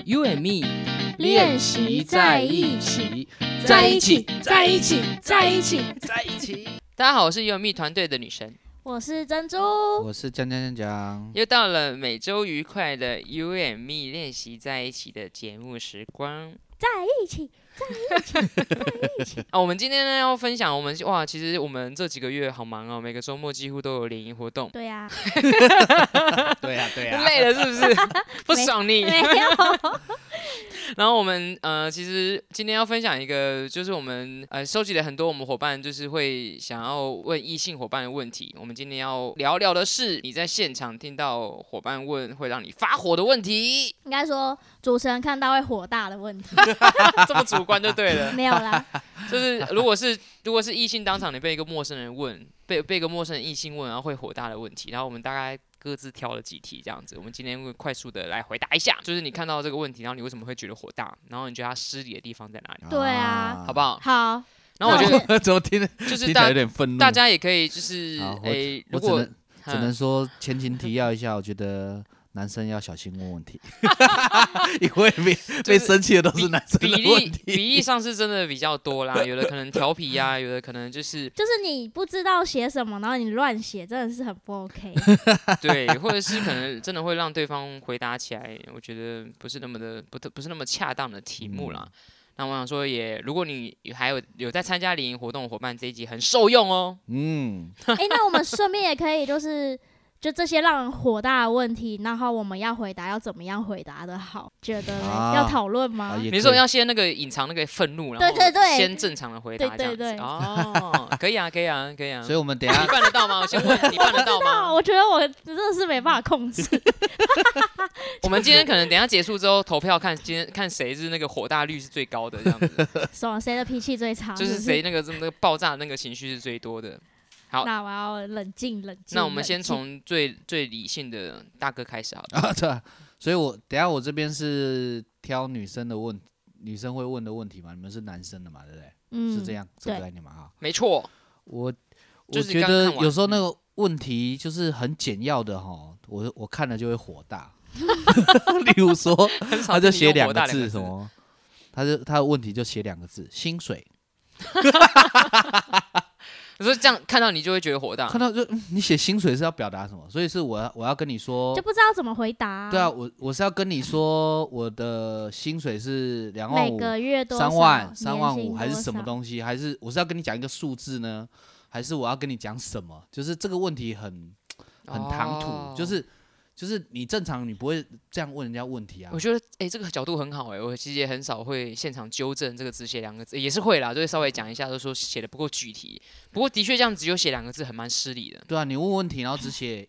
You and me 练习在一起，在一起，在一起，在一起， 在一起。大家好，我是 You and me 团队的女神， 我是珍珠， 我是江， 又到了每周愉快的 You and me 练习在一起的节目时光。 在一起，在一起，在一起。 我们今天呢要分享其实我们这几个月好忙哦，每个周末几乎都有联谊活动。 对呀、 对呀， 累了是不是？不爽你？ 没有。 然后我们其实今天要分享一个，就是我们收集了很多我们伙伴就是会想要问异性伙伴的问题。我们今天要聊聊的是你在现场听到伙伴问会让你发火的问题。 应该说主持人看到会火大的问题。 这么主观就对了。 没有啦， 就是如果是异性当场你被一个陌生人问，被一个陌生人异性问，然后会火大的问题，然后我们大概各自挑了几题这样子，我们今天会快速的来回答一下，就是你看到这个问题，然后你为什么会觉得火大，然后你觉得他失礼的地方在哪里， 对啊， 好不好？ 好。 然后我觉得怎么听就是听起来有点愤怒。 大家也可以就是如果我只能说前情提要一下，我觉得男生要小心问问题，因为被生气的都是男生的问题。 比例上是真的比较多啦，有的可能调皮呀，有的可能就是你不知道写什么，然后你乱写，真的是很不 OK。 对，或者是可能真的会让对方回答起来，我觉得不是那么恰当的题目啦。那我想说如果你还有在参加联谊活动的伙伴，这一集很受用哦。 那我们顺便也可以就这些让人火大的问题，然后我们要回答要怎么样回答的好？觉得要讨论吗？ 你说要先隐藏那个愤怒，然后先正常的回答， 对哦，可以啊。 所以我们等一下你办得到吗？我先问你办得到吗？ 我觉得我真的是没办法控制。 我们今天可能等一下结束之后投票看谁是那个火大率是最高的这样子， 谁的脾气最差？ 就是谁那个爆炸的那个情绪是最多的。好， 那我要冷静。 那我们先从最理性的大哥开始好了。 对，所以等一下我这边是挑女生会问的问题嘛，你们是男生的嘛，对不对？是这样这个概念嘛？哈， 没错。 我觉得有时候那个问题就是很简要的哈，我看了就会火大。例如说，他就写2个字什么，他的问题就写2个字薪水。 我说这样看到你就会觉得火大， 看到就你写薪水是要表达什么？所以是我要跟你说， 就不知道怎么回答。 对啊，我是要跟你说我的薪水是2万5， 每个月多少 3万5还是什么东西？还是我是要跟你讲一个数字呢？还是我要跟你讲什么？就是这个问题很唐突，就是你正常你不会这样问人家问题啊。 我觉得这个角度很好我其实也很少会现场纠正这个只写2个字，也是会啦，就会稍微讲一下，就说写的不够具体。不过的确这样只有写2个字，很蛮失礼的。 对啊，你问问题，然后只写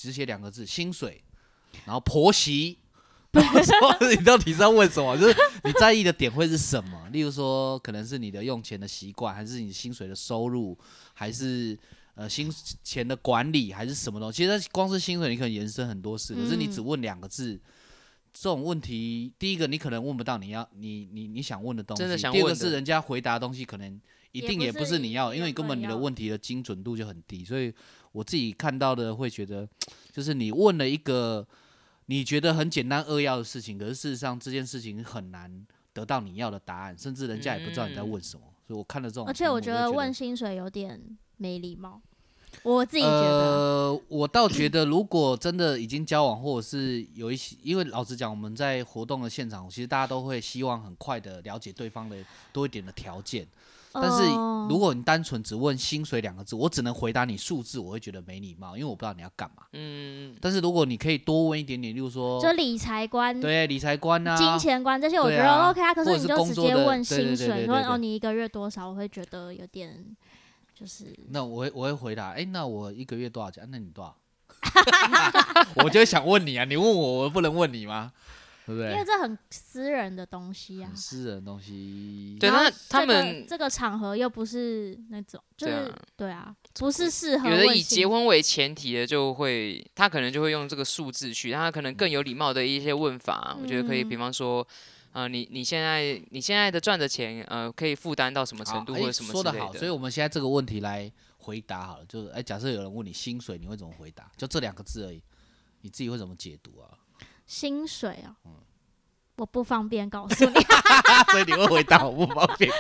2个字薪水，然后婆媳，你到底是要问什么？就是你在意的点会是什么？例如说，可能是你的用钱的习惯，还是你薪水的收入，还是薪钱的管理，还是什么东西？其实光是薪水，你可能延伸很多事，可是你只问2个字，这种问题，第一个你可能问不到你想问的东西， 真的想问的。 第二个是人家回答的东西可能一定也不是你要，因为根本你的问题的精准度就很低，所以我自己看到的会觉得，就是你问了一个你觉得很简单扼要的事情，可是事实上这件事情很难得到你要的答案，甚至人家也不知道你在问什么。所以我看了这种， 而且我觉得问薪水有点没礼貌。我自己觉得， 我倒觉得，如果真的已经交往，或者是有一些，因为老实讲，我们在活动的现场，其实大家都会希望很快的了解对方的多一点的条件。但是如果你单纯只问薪水2个字，我只能回答你数字，我会觉得没礼貌，因为我不知道你要干嘛。但是如果你可以多问一点点，例如说， 就理财观， 对理财观啊， 金钱观这些，我觉得 OK 啊。可是你就直接问薪水，说你1个月多少，我会觉得有点。 那我会回答，那我1个月多少钱？那你多少？我就想问你啊，你问我不能问你吗？对不对？ 因为这很私人的东西啊， 很私人的东西。 对，那他们这个场合又不是那种，就是对啊，不是适合。 有的以结婚为前提的，他可能就会用这个数字去，他可能更有礼貌的一些问法，我觉得可以，比方说。你现在的赚的钱，可以负担到什么程度或者什么之类的。 说得好，所以我们现在这个问题来回答好了，就是假设有人问你薪水，你会怎么回答？就这2个字而已，你自己会怎么解读啊？ 薪水啊， 我不方便告诉你。 所以你会回答我不方便。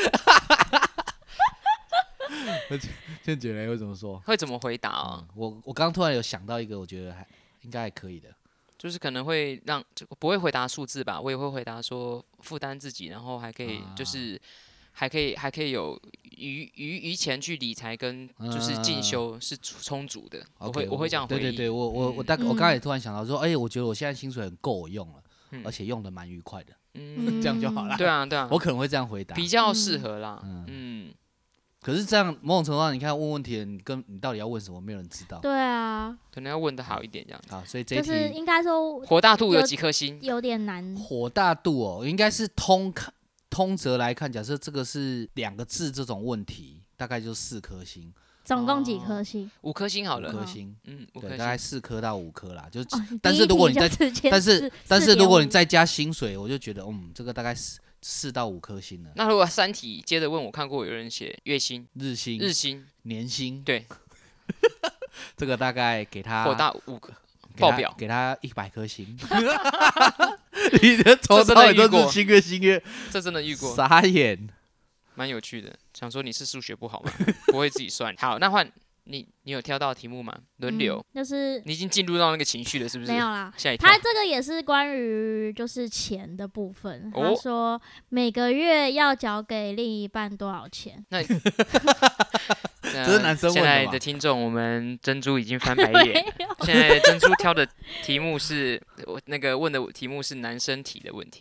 倩姐嘞会怎么说？ 会怎么回答啊？ 我刚刚突然有想到一个，我觉得应该还可以的。 就是可能会让不会回答数字吧，我也会回答说负担自己，然后还可以就是还可以有余钱去理财跟就是进修是充足的。我会这样回应。 对，我刚刚也突然想到说，我觉得我现在薪水很够我用了，而且用的蛮愉快的，这样就好了。 对啊， 我可能会这样回答， 比较适合啦。 可是这样某种程度上，你看问问题，你到底要问什么，没有人知道。 对啊， 可能要问的好一点这样子。 好，所以这一题就是应该说火大度有几颗星？ 有点难。 火大度应该是通则来看，假设这个是2个字这种问题，大概就4颗星。 总共几颗星 ？5颗星好了。 5颗星， 对， 大概4颗到5颗啦。就但是如果你但是如果你再再加薪水，我就觉得这个大概4到5颗星了。 那如果3题接着问，我看过有人写月薪、 日薪、年薪， 对， 这个大概给他火大5颗。爆表给他100颗星，你的从头到尾都是星月， 这真的遇过， 傻眼， 蛮有趣的。想说你是数学不好吗？不会自己算。好，那换你有挑到题目吗？轮流， 就是你已经进入到那个情绪了，是不是？ 没有啦， 吓一跳。 他这个也是关于就是钱的部分。他说每个月要缴给另一半多少钱？ 那这是男生问的吧？ 现在的听众，我们珍珠已经翻白眼。现在珍珠挑的题目是我那个问的题目是男生题的问题。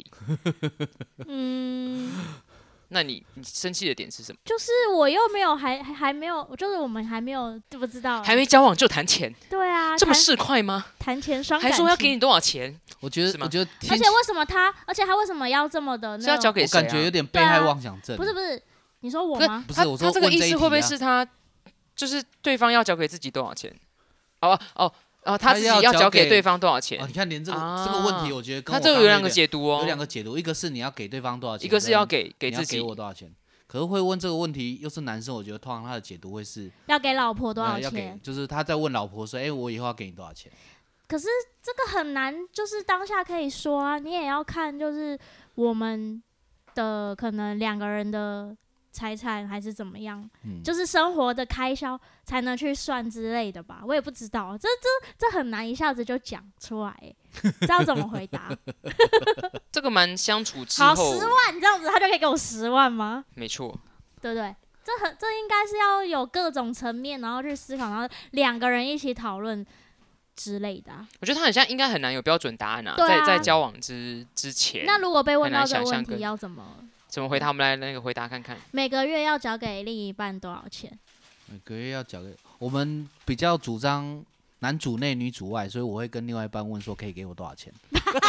那你生气的点是什么？ 就是我又没有还没有，就是我们还没有不知道， 还没交往就谈钱。 对啊， 这么市侩吗？ 谈钱伤感情， 还说要给你多少钱？ 我觉得， 而且为什么他为什么要这么的？ 是要交给谁？ 我感觉有点被害妄想症。 不是，你说我吗？ 不是，我说他这个意思会不会是他就是对方要交给自己多少钱？他自己要交给对方多少钱？ 你看，连这个问题，我觉得跟我他这个有2个解读哦， 有2个解读，一个是你要给对方多少钱， 一个是要给自己， 给我多少钱。可是会问这个问题又是男生，我觉得通常他的解读会是要给老婆多少钱， 要给，就是他在问老婆说，我以后要给你多少钱。 可是这个很难，就是当下可以说啊，你也要看，就是我们的可能2个人的财产还是怎么样，就是生活的开销才能去算之类的吧，我也不知道，这很难一下子就讲出来，这要怎么回答？ 这个蛮相处之后， 好10万这样子，他就可以给我10万吗？ 没错， 对不对？这应该是要有各种层面，然后去思考，然后2个人一起讨论之类的我觉得他好像应该很难有标准答案啊，在交往之前。 那如果被问到这个问题，要怎么回答？我们来那个回答看看。 每个月要缴给另一半多少钱？ 每个月要缴给我们比较主张男主内女主外，所以我会跟另外一半问说可以给我多少钱。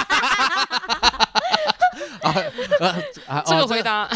这个回答，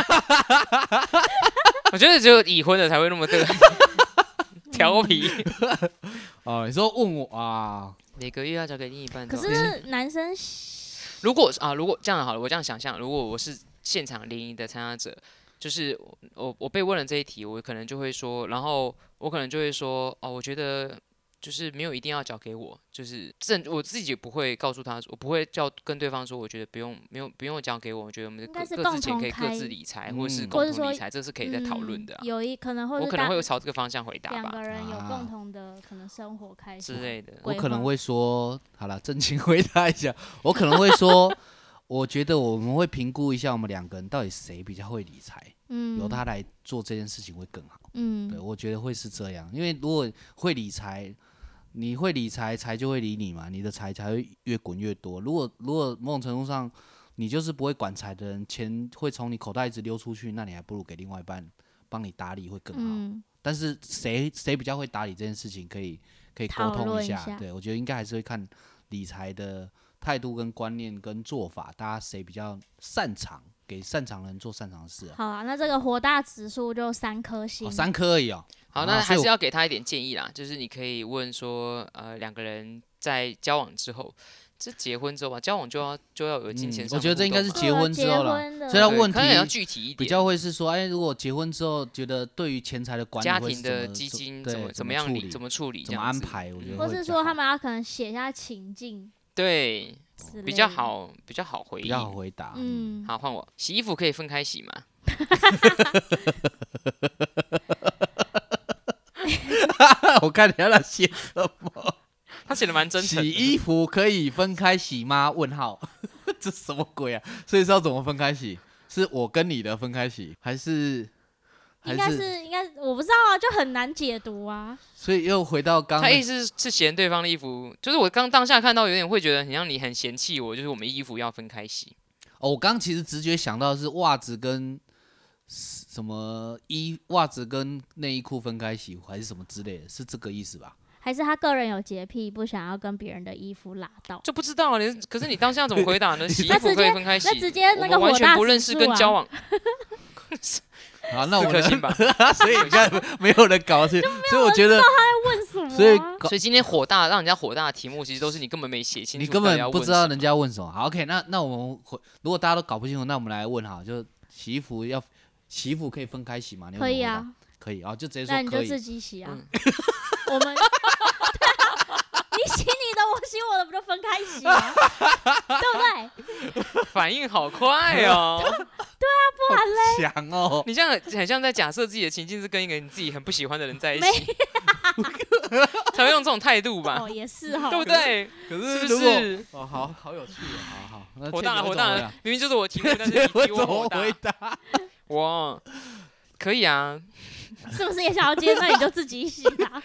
我觉得只有已婚的才会那么调皮。 你说问我啊？ 每个月要交给另一半。 可是男生， 如果这样好了，我这样想象，如果我是现场联谊的参加者，就是我被问了这一题，我可能就会说，然后我可能就会说，我觉得就是没有一定要交给我，就是我自己不会告诉他，我不会跟对方说，我觉得不用交给我，我觉得我们各自钱可以各自理财，或者是共同理财，这是可以再讨论的。我可能会朝这个方向回答吧。 2个人有共同的可能生活开销之类的， 我可能会说，好了，正经回答一下，我可能会说，我觉得我们会评估一下我们2个人到底谁比较会理财，由他来做这件事情会更好。对，我觉得会是这样，因为如果会理财。你会理财，财就会理你嘛，你的财才会越滚越多。如果某种程度上你就是不会管财的人，钱会从你口袋一直溜出去，那你还不如给另外一半帮你打理会更好。但是谁比较会打理这件事情，可以沟通一下。对，我觉得应该还是会看理财的态度跟观念跟做法，大家谁比较擅长，给擅长人做擅长的事。 好啊，那这个火大指数就3颗星 ，3颗而已哦。 好，那还是要给他一点建议啦，就是你可以问说，2个人在交往之后，这结婚之后吧，交往就要有金钱上的互动嘛。 我觉得这应该是结婚之后了，所以他问题可能要具体一点， 比较会是说，如果结婚之后觉得对于钱财的管理， 家庭的基金怎么样理，怎么处理， 怎么安排，我觉得或是说他们要可能写下情境。 对，比较好回应， 比较好回答。 好，换我。洗衣服可以分开洗吗？ 我看你要他写什么？ 他写的蛮真诚的。 洗衣服可以分开洗吗？问号，这什么鬼啊？所以是要怎么分开洗？是我跟你的分开洗，还是？ 应该我不知道啊，就很难解读啊。 所以又回到刚， 他意思是嫌对方的衣服，就是我刚当下看到有点会觉得很像你很嫌弃我，就是我们衣服要分开洗。 我刚其实直觉想到的是袜子跟什么袜子跟内衣裤分开洗，还是什么之类的，是这个意思吧？ 还是他个人有洁癖，不想要跟别人的衣服拉到？ 就不知道啊，可是你当下怎么回答呢？洗衣服可以分开洗， 那直接那个我们完全不认识火大指数啊跟交往。 好，那我 4颗星吧。 所以你看没有人搞去，所以我觉得问什么啊？ 所以今天火大让人家火大的题目，其实都是你根本没写清楚， 你根本不知道人家问什么。好 ，OK， 那我们如果大家都搞不清楚，那我们来问哈，就洗衣服可以分开洗吗？ 可以啊， 可以，就直接说可以。 那你就自己洗啊。我们你洗你的，我洗我的，不就分开洗吗？对不对？ 反应好快哦。 不然嘞， 强哦！ 你这样很像在假设自己的情境是跟一个你自己很不喜欢的人在一起，才会用这种态度吧？ 也是哈， 对不对？ 可是是不是？ 好有趣哦！好， 火大了，明明就是我题目，但是你比我火大。我可以啊， 是不是也想要接？那你就自己洗啊。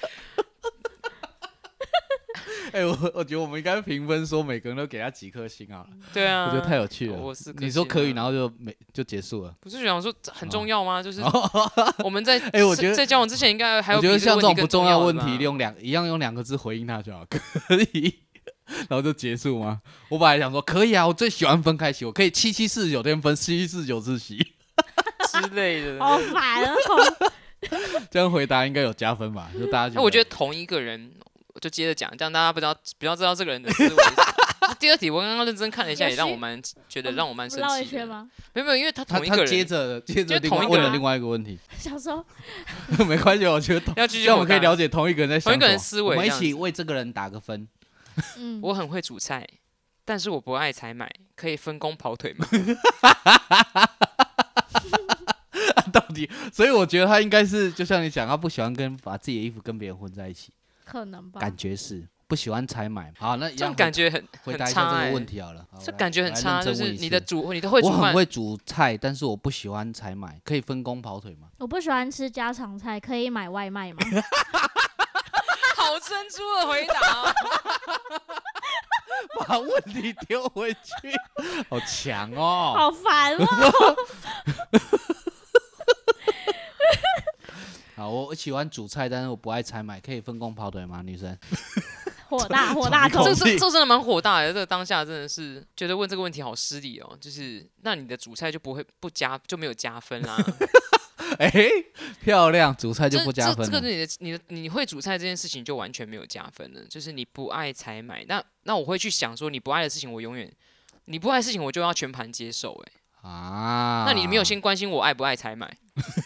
我觉得我们应该评分，说每个人都给他几颗星啊。 对啊， 我觉得太有趣了。你说可以，然后就结束了。 不是想说很重要吗？就是我们在我觉得在交往之前应该还有。 我觉得像这种不重要问题，一样用2个字回应他就好，可以，然后就结束吗？我本来想说可以啊，我最喜欢分开洗，我可以7749天分，7749次洗之类的。 好烦哦！ 这样回答应该有加分吧？就大家我觉得同一个人。就接着讲，这样大家比较知道这个人的思维。第二题我刚刚认真看了一下，也让我蛮觉得让我蛮生气的。没有，因为他同一个人， 接着问了另外一个问题。 小时候没关系，我觉得要继续， 这样我们可以了解同一个人在想什么， 同一个人思维， 我们一起为这个人打个分。 我很会煮菜，但是我不爱采买，可以分工跑腿吗？ 到底，所以我觉得他应该是，就像你讲，他不喜欢把自己的衣服跟别人混在一起。 可能吧， 感觉是不喜欢采买。好，那这种感觉回答一下这个问题好了。 这感觉很差，就是你的会煮饭， 我很会煮菜，但是我不喜欢采买，可以分工跑腿吗？ 我不喜欢吃家常菜，可以买外卖吗？ 好珍珠的回答， 把问题丢回去，好强哦， 好烦哦。 好，我喜欢煮菜，但是我不爱采买，可以分工跑腿吗？女生， 火大头， 这真的蛮火大的。这个当下真的是觉得问这个问题好失礼哦。就是那你的煮菜就就没有加分啦。 漂亮，煮菜就不加分了。 这个你会煮菜这件事情就完全没有加分了。就是你不爱采买，那我会去想说，你不爱的事情，你不爱的事情我就要全盘接受。那你没有先关心我爱不爱采买。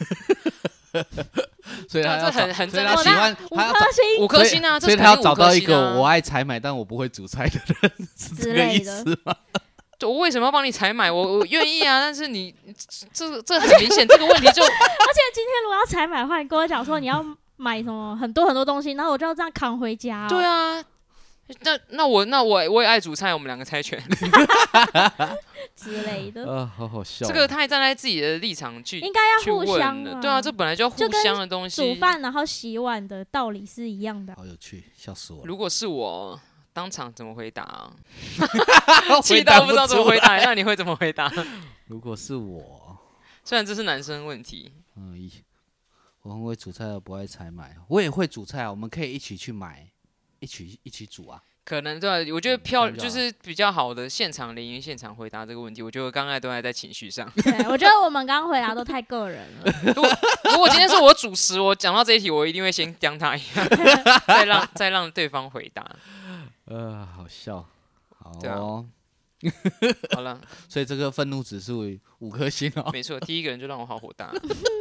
所以他要很所以他喜欢 5颗星啊， 所以他要找到一个我爱采买但我不会煮菜的人，是这个意思吗？ 我为什么要帮你采买？我愿意啊，但是你这很明显这个问题就，而且今天如果要采买的话，你跟我讲说你要买什么很多东西，然后我就要这样扛回家。 对啊，那我也爱煮菜，我们2个猜拳。 之类的， 好好笑。 这个他还站在自己的立场去， 应该要互相的。 对啊，这本来就要互相的东西。 煮饭然后洗碗的道理是一样的。 好有趣，笑死我了。 如果是我，当场怎么回答啊？气到不知道怎么回答，那你会怎么回答？ 如果是我， 虽然这是男生问题， 我很会煮菜，不爱采买。我也会煮菜啊，我们可以一起去买，一起煮啊。 可能对啊，我觉得就是比较好的现场联谊现场回答这个问题。我觉得刚才都还在情绪上。 对，我觉得我们刚刚回答都太个人了。 如果今天是我主持，我讲到这一题，我一定会先刁他一下，再让对方回答。 好笑，好哦。好了， 所以这个愤怒指数5颗星哦。 没错，第一个人就让我好火大。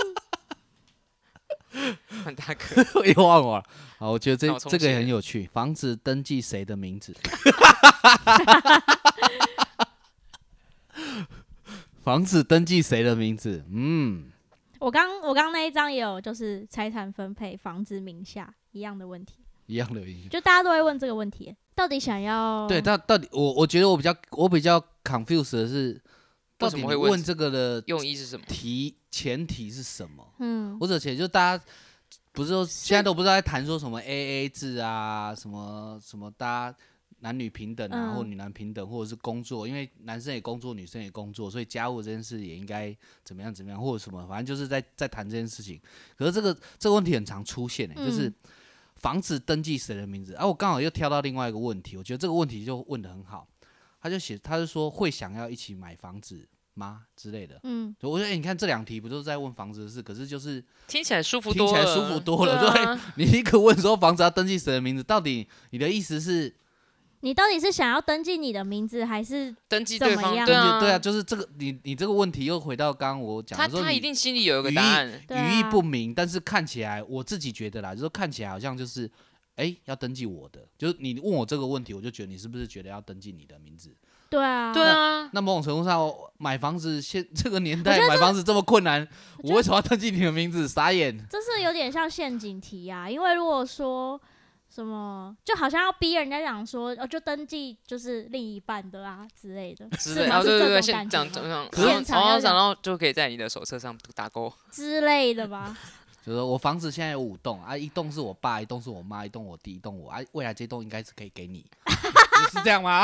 很大个， 我又忘了。好，我觉得这个也很有趣。房子登记谁的名字？ 房子登记谁的名字？ 我刚那一张也有，就是财产分配，房子名下一样的问题， 一样的原因。 就大家都会问这个问题，到底想要对，到底我觉得我比较 confused 的是，到底你问这个的用意是什么？ 前提是什么？ 嗯， 或者就大家不是说现在都不是在谈说什么 AA 制啊，什么大家男女平等啊，或女男平等，或者是工作，因为男生也工作，女生也工作，所以家务这件事也应该怎么样，或者什么，反正就是在谈这件事情。可是这个问题很常出现就是房子登记谁的名字啊？我刚好又挑到另外一个问题，我觉得这个问题就问得很好。他就说会想要一起买房子吗之类的。我觉得你看这两题不都是在问房子的事，可是就是听起来舒服多了， 听起来舒服多了。对，你一个问说房子要登记谁的名字，到底你的意思是？ 你到底是想要登记你的名字，还是登记对方？ 对啊，就是这个你这个问题又回到刚刚我讲的说， 他一定心里有一个答案， 语义不明，但是看起来我自己觉得啦，就是看起来好像就是要登记我的，就是你问我这个问题，我就觉得你是不是觉得要登记你的名字？ 对啊， 对啊。 那某种程度上，买房子这个年代买房子这么困难，我为什么要登记你的名字？傻眼！ 这是有点像陷阱题啊，因为如果说什么，就好像要逼人家讲说，就登记就是另一半的啊之类的，是吗？ 对对对， 现场然后就可以在你的手册上打勾之类的吧。 就是我房子现在有5栋啊，一栋是我爸，一栋是我妈，一栋我弟，一栋我啊，未来这栋应该是可以给你，是这样吗？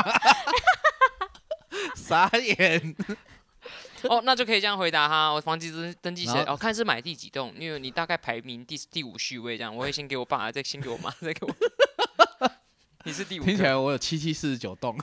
傻眼。 那就可以这样回答哈。我房子登记谁？看是买第几栋，因为你大概排名第5序位这样，我会先给我爸，再先给我妈，再给我。你是第5个。 听起来我有7749栋。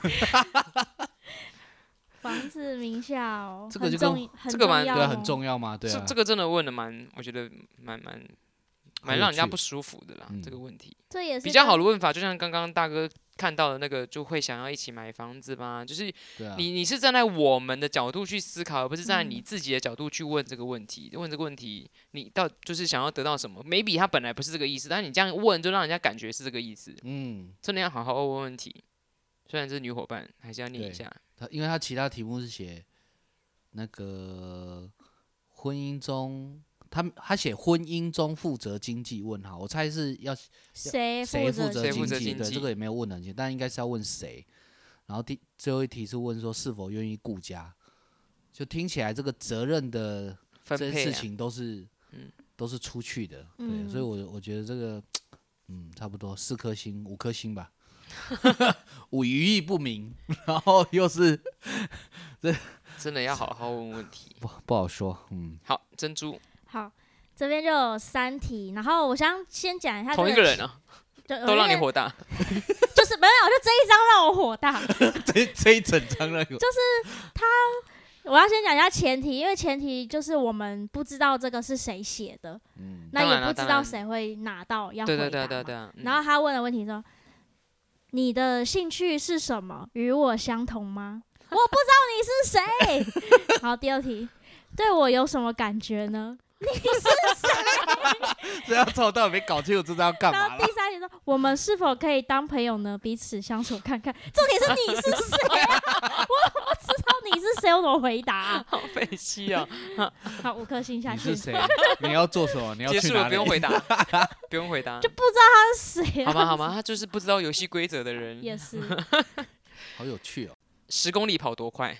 房子名下哦， 这个就这个很重要吗？对啊， 这个真的问的我觉得蛮让人家不舒服的啦。这个问题， 这也是比较好的问法，就像刚刚大哥看到的那个，就会想要一起买房子吗？就是你是站在我们的角度去思考，而不是站在你自己的角度去问这个问题。问这个问题，你就是想要得到什么 ？maybe 他本来不是这个意思，但是你这样问，就让人家感觉是这个意思。真的要好好问问题。虽然这是女伙伴，还是要念一下。 因为他其他题目是写那个婚姻中，他写婚姻中负责经济问号，我猜是要谁负责经济？ 对，这个也没有问很清，但应该是要问谁。然后最后一题是问说是否愿意顾家，就听起来这个责任的这件事情都是出去的，对，所以我觉得这个差不多4颗星5颗星吧。语义不明，然后又是这真的要好好问问题， 不好说。 好，珍珠。 好，这边就有3题，然后我想先讲一下同一个人啊，都让你火大， 就是没有，就这一张让我火大， 这一整张让我就是我要先讲一下前提，因为前提就是我们不知道这个是谁写的，那也不知道谁会拿到要回答嘛。 对。 然后他问的问题说：“你的兴趣是什么？与我相同吗？”我不知道你是谁。好，第2题，对我有什么感觉呢？你是谁？ 这样从头到尾没搞清楚这要干嘛。 然后第3题说：“我们是否可以当朋友呢？彼此相处看看。”重点是你是谁啊？我不知道你是谁，我怎么回答啊？ 好费气啊！ 好，5颗星下去。 你是谁？你要做什么？你要去哪里？ 结束了，不用回答，不用回答， 就不知道他是谁。 好吗？他就是不知道游戏规则的人。 也是。 好有趣哦 ！10公里跑多快？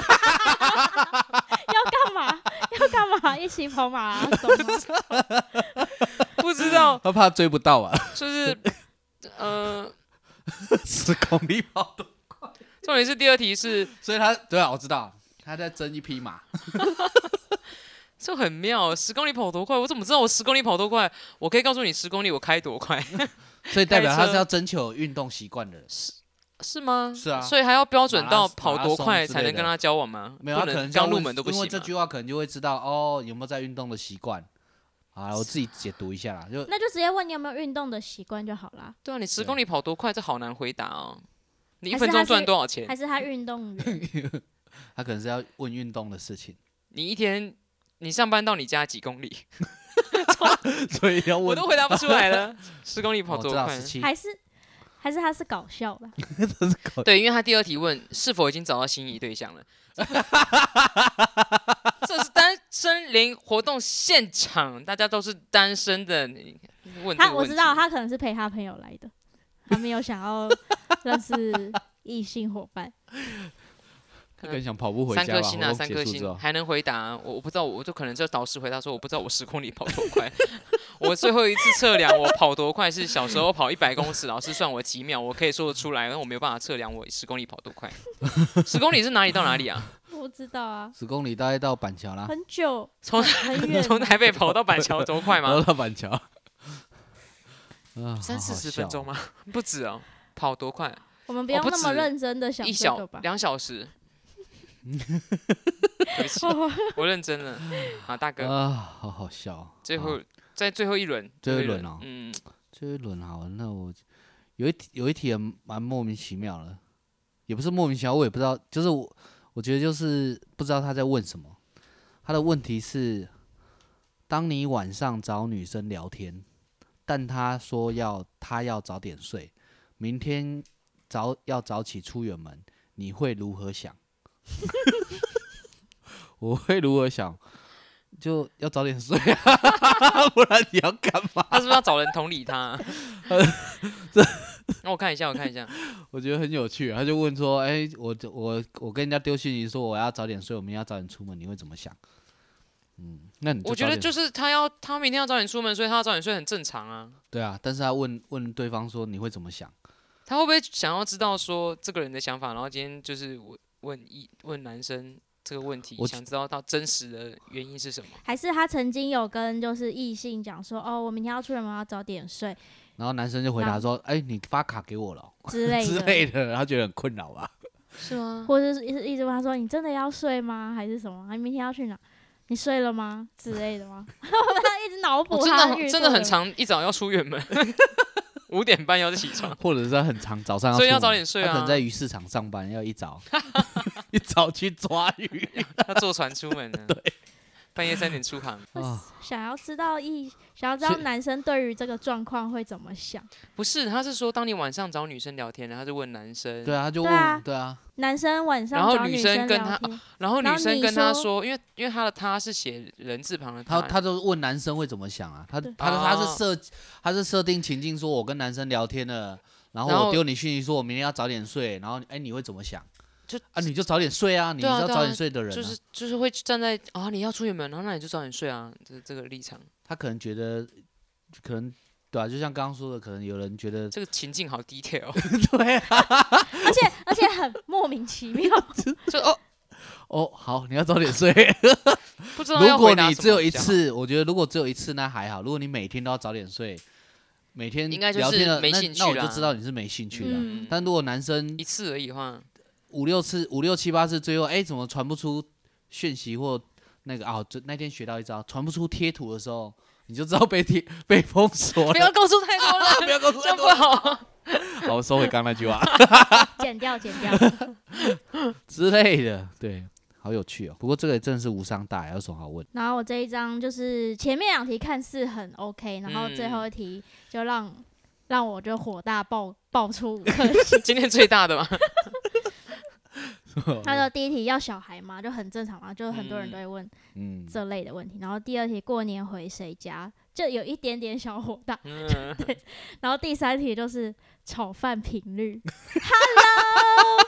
要干嘛？要干嘛？一起跑马拉松吗？ 不知道。 他怕追不到啊。 就是 10公里跑多快？ 重点是第2题是， 所以他对啊，我知道他在争一匹马。 这很妙，10公里跑多快？我怎么知道我10公里跑多快？我可以告诉你10公里我开多快。 所以代表他是要征求运动习惯的人。 是吗？ 是啊， 所以还要标准到跑多快才能跟他交往吗？ 没有，他可能刚入门都不行。 因为这句话可能就会知道有没有在运动的习惯。好，我自己解读一下啦， 那就直接问你有没有运动的习惯就好啦。 对啊，你10公里跑多快，这好难回答哦。你1分钟赚多少钱？ 还是他运动员？ 他可能是要问运动的事情。 你一天，你上班到你家几公里？ 所以要问， 我都回答不出来了。10公里跑多快？ 还是他是搞笑的？ 对，因为他第二题问是否已经找到心仪对象了。这是单身零活动现场，大家都是单身的。你问这个问题我知道他可能是陪他朋友来的，他没有想要认识异性伙伴。 他可能想跑步回家吧。 3颗星啊，3颗活动结束之后星，还能回答。我不知道，我就可能就导师回答说，我不知道我10公里跑多快。我最后一次测量我跑多快是小时候跑100公尺，老师算我几秒，我可以说得出来，但我没有办法测量我10公里跑多快。10公里是哪里到哪里啊？ 我不知道啊 ，10公里大概到板桥啦， 很久， 从很远， 从台北跑到板桥多快吗？ 跑到板桥。 30-40分钟吗？不止哦，跑多快？ 我们不用那么认真的想这个吧。 2小时。对不起，我认真了啊，大哥。 好好笑。 在最后一轮。 最后一轮哦。 嗯。 最后一轮好，那我有一题也蛮莫名其妙的，也不是莫名其妙，我也不知道，就是我觉得就是不知道他在问什么。他的问题是：当你晚上找女生聊天，但她说她要早点睡，明天要早起出远门，你会如何想？我会如何想？就要早点睡啊，不然你要干嘛？ 他是不是要找人同理他？那我看一下， 我觉得很有趣。他就问说：“我跟人家丢讯息说我要早点睡，我明天要早点出门，你会怎么想？”那你我觉得就是他明天要早点出门，所以他要早点睡很正常啊。 对啊，但是他问对方说你会怎么想？ 他会不会想要知道说这个人的想法，然后今天就是问男生这个问题，想知道到真实的原因是什么？ 还是他曾经有跟就是异性讲说，我明天要出门，我要早点睡， 然后男生就回答说，你发卡给我了之类的， 他觉得很困扰吧？ 是吗？ 或者是一直问他说，你真的要睡吗？还是什么？你明天要去哪？你睡了吗？之类的吗？他一直脑补他真的很长，一早要出远门。5点半要起床， 或者是他很长早上所以要早点睡啊。 他可能在鱼市场上班，要一早去抓鱼， 要坐船出门呢。 对， 半夜3点出航。 想要知道男生对于这个状况会怎么想？ 不是，他是说当你晚上找女生聊天了，他就问男生。 对啊，他就问，对啊。 男生晚上找女生聊天， 然后女生跟他说，因为他是写人字旁的他就问男生会怎么想啊？他是设定情境，说我跟男生聊天了，然后我丢你讯息说我明天要早点睡，然后你会怎么想？你就早点睡啊，你是要早点睡的人， 就是会站在你要出远门，然后那你就早点睡啊，这个立场。 他可能觉得，可能对啊，就像刚刚说的，可能有人觉得这个情境好 detail， 对啊， 而且很莫名其妙， 就好，你要早点睡。 不知道要回答什么。如果你只有一次，我觉得如果只有一次那还好，如果你每天都要早点睡，每天聊天了，那我就知道你是没兴趣的。但如果男生一次而已的话 ，5、6、7、8次，最后怎么传不出讯息或那个那天学到一招，传不出贴图的时候，你就知道被封锁了。 不要告诉太多人， 不要告诉太多人，这样不好。 好，我收回刚那句话。 剪掉之类的，对，好有趣哦。不过这个真的是无伤大雅，有什么好问？ 然后我这一张就是前面2题看似很 OK， 然后最后一题就让我就火大爆出5颗星。 今天最大的吗？ 他说第一题要小孩嘛，就很正常嘛，就很多人都会问这类的问题。然后第2题过年回谁家，就有一点点小火大。对，然后第3题就是炒饭频率。Hello，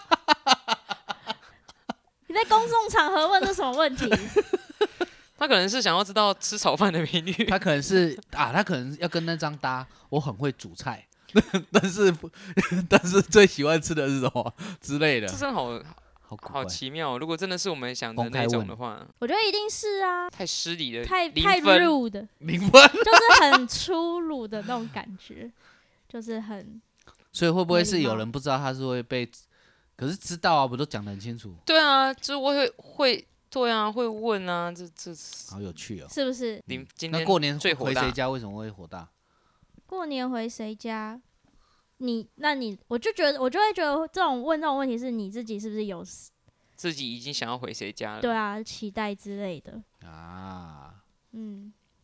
你在公众场合问这什么问题？ 他可能是想要知道吃炒饭的频率。 他可能是他可能要跟那张搭，我很会煮菜，但是最喜欢吃的是什么之类的。 这真的好奇妙。如果真的是我们想的那种的话， 我觉得一定是啊。 太失礼了， 太rude的 ，0分， 就是很粗鲁的那种感觉，就是很。 所以会不会是有人不知道他是会被？可是知道啊，不都讲得很清楚？ 对啊，就会对啊，会问啊，这好有趣哦， 是不是？ 今天那过年回谁家为什么会火大？ 过年回谁家？我就会觉得问这种问题是你自己是不是有自己已经想要回谁家了？ 对啊，期待之类的啊。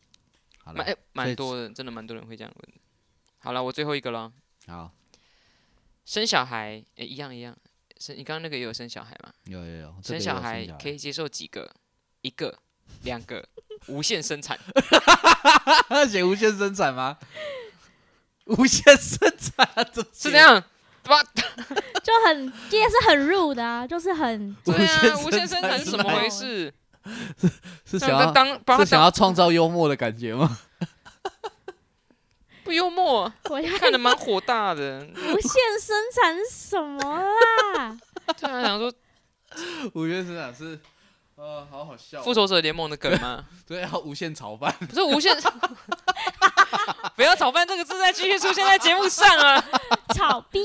蛮多的，真的蛮多人会这样问的。好了，我最后一个了。 好， 生小孩，一样，你刚刚那个也有生小孩吗？ 有， 生小孩可以接受几个？1个、2个，无限生产。 写无限生产吗？无限生产是这样？ 就也是很入的啊，就是很对啊，无限生产是怎么回事？ 是想要创造幽默的感觉吗？ 不幽默，看得蛮火大的。 无限生产是什么啦？ 对啊，想说无限生产是好好笑。 复仇者联盟的梗吗？ 对，要无限炒饭。 不是无限，不要炒饭这个字再继续出现在节目上啊！ 炒逼。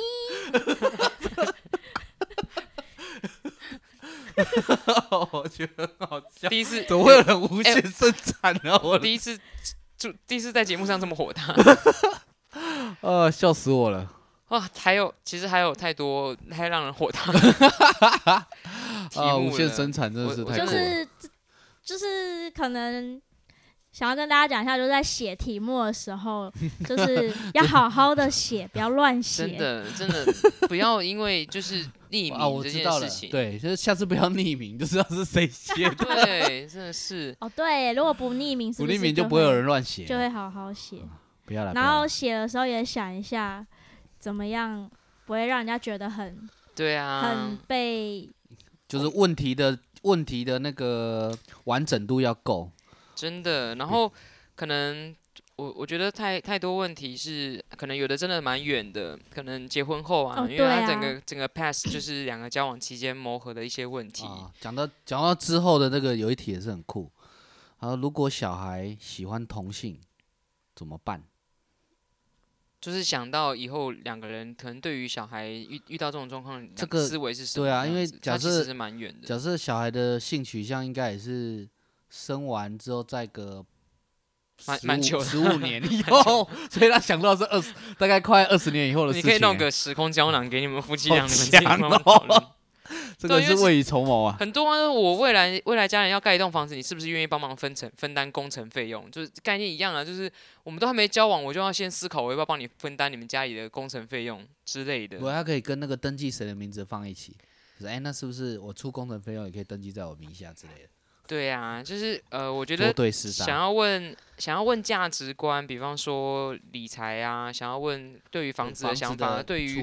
我觉得很好笑。 第一次怎么会有人无限生产呢？我第一次在节目上这么火大。 笑死我了。 其实还有太多太让人火大题目无限生产真的是太多了。 就是可能想要跟大家讲一下，就是在写题目的时候，就是要好好的写，不要乱写。 真的不要因为就是匿名这件事情。 对，就是下次不要匿名，就知道是谁写的。 对，真的是。 对，如果不匿名， 不匿名就不会有人乱写， 就会好好写。 不要了。 然后写的时候也想一下，怎么样不会让人家觉得很被， 就是问题的那个完整度要够。 真的，然后可能我觉得太多问题是，可能有的真的蛮远的，可能结婚后啊，因为他整个 past 就是2个交往期间磨合的一些问题。 讲到之后的那个有一题也是很酷，如果小孩喜欢同性怎么办？ 就是想到以后2个人可能对于小孩遇到这种状况， 这个思维是什么？ 对啊，因为假设是蛮远的。 假设小孩的性取向应该也是生完之后再个蛮久 15年以后，所以他想到是大概快20年以后的事情。 你可以弄个时空胶囊给你们夫妻俩，你们自己慢慢讨论。 这个是未雨绸缪啊！ 很多我未来家人要盖一栋房子，你是不是愿意帮忙分担工程费用？就是概念一样啊，就是我们都还没交往，我就要先思考我要不要帮你分担你们家里的工程费用之类的。 他可以跟那个登记谁的名字放一起，就是那是不是我出工程费用也可以登记在我名下之类的？ 对啊，就是我觉得想要问价值观，比方说理财啊，想要问对于房子的想法，对于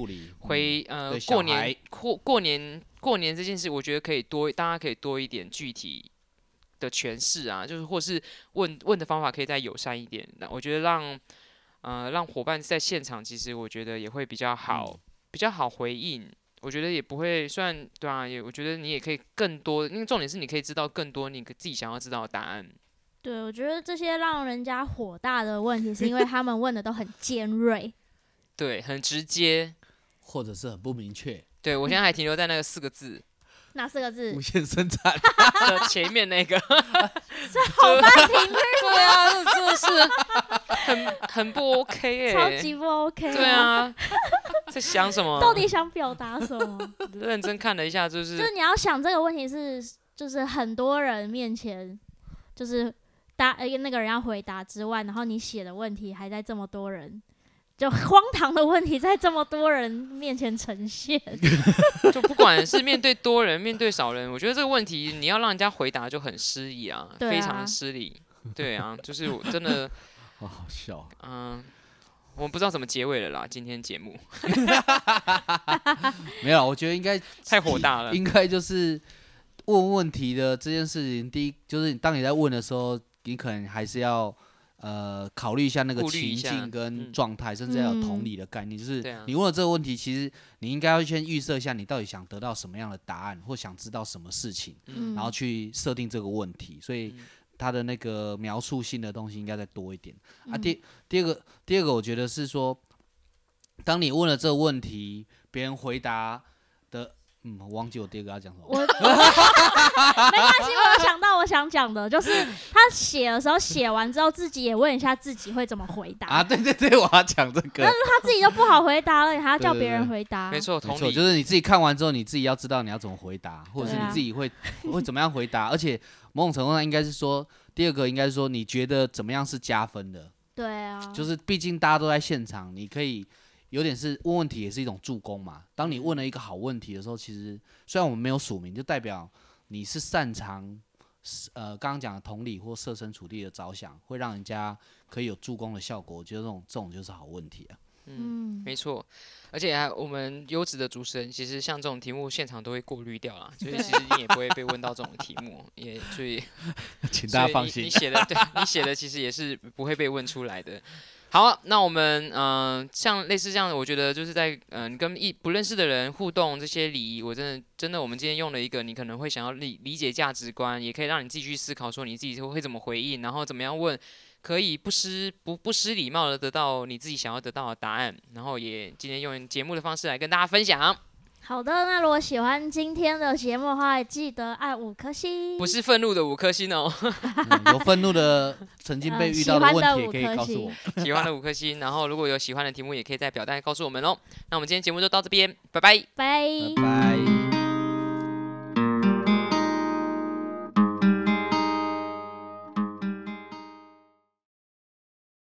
过年这件事，我觉得大家可以多一点具体的诠释啊，就是或是问的方法可以再友善一点。我觉得让伙伴在现场，其实我觉得也会比较好回应。我觉得也不会，虽然对啊，我觉得你也可以更多，因为重点是你可以知道更多你自己想要知道的答案。 对，我觉得这些让人家火大的问题，是因为他们问的都很尖锐， 对，很直接， 或者是很不明确。 对，我现在还停留在那个4个字， 哪4个字？ 无限生产的前面那个， 是好大频率。 对啊，这真的是很不 OK 超级不 OK。 对啊。在想什么？ 到底想表达什么？ 认真看了一下，就是你要想这个问题是，就是很多人面前，就是那个人要回答之外，然后你写的问题还在这么多人，就荒唐的问题在这么多人面前呈现。 就不管是面对多人，面对少人，我觉得这个问题你要让人家回答就很失礼啊，非常失礼。对啊，就是我真的， 好笑。 我们不知道怎么结尾了啦，今天节目没有，我觉得应该太火大了。 应该就是问问题的这件事情，第一就是当你在问的时候，你可能还是要考虑一下那个情境跟状态，甚至要有同理的概念。就是你问了这个问题，其实你应该要先预设一下你到底想得到什么样的答案，或想知道什么事情，然后去设定这个问题。所以它的那个描述性的东西应该再多一点。第二个，我觉得是说，当你问了这个问题，别人回答的，我忘记我第二个要讲什么。 没关系，我有想到我想讲的，就是他写的时候写完之后，自己也问一下自己会怎么回答啊？对，我要讲这个。 但是他自己就不好回答了，你还要叫别人回答。 没错， 没错，就是你自己看完之后，你自己要知道你要怎么回答，或者是你自己会怎么样回答。而且某种程度上应该是说，第二个应该是说，你觉得怎么样是加分的？ 对啊， 就是毕竟大家都在现场，你可以有点是问问题也是一种助攻嘛。当你问了一个好问题的时候，其实虽然我们没有署名，就代表你是擅长刚刚讲的同理或设身处地的着想，会让人家可以有助攻的效果。我觉得这种就是好问题啊。 没错，而且我们优质的主持人，其实像这种题目，现场都会过滤掉啦，所以其实你也不会被问到这种题目，所以请大家放心， 你写的对你写的其实也是不会被问出来的。好，那我们像类似这样的，我觉得就是在跟不认识的人互动这些礼仪，我真的我们今天用了一个你可能会想要理解价值观，也可以让你自己去思考说你自己会怎么回应，然后怎么样问。可以不失礼貌的得到你自己想要得到的答案，然后也今天用节目的方式来跟大家分享。 好的，那如果喜欢今天的节目的话，记得按5颗星。 不是愤怒的5颗星哦。 有愤怒的曾经被遇到的问题，也可以告诉我们。 喜欢的5颗星，然后如果有喜欢的题目，也可以在表单告诉我们哦。那我们今天节目就到这边，拜拜。 拜拜拜。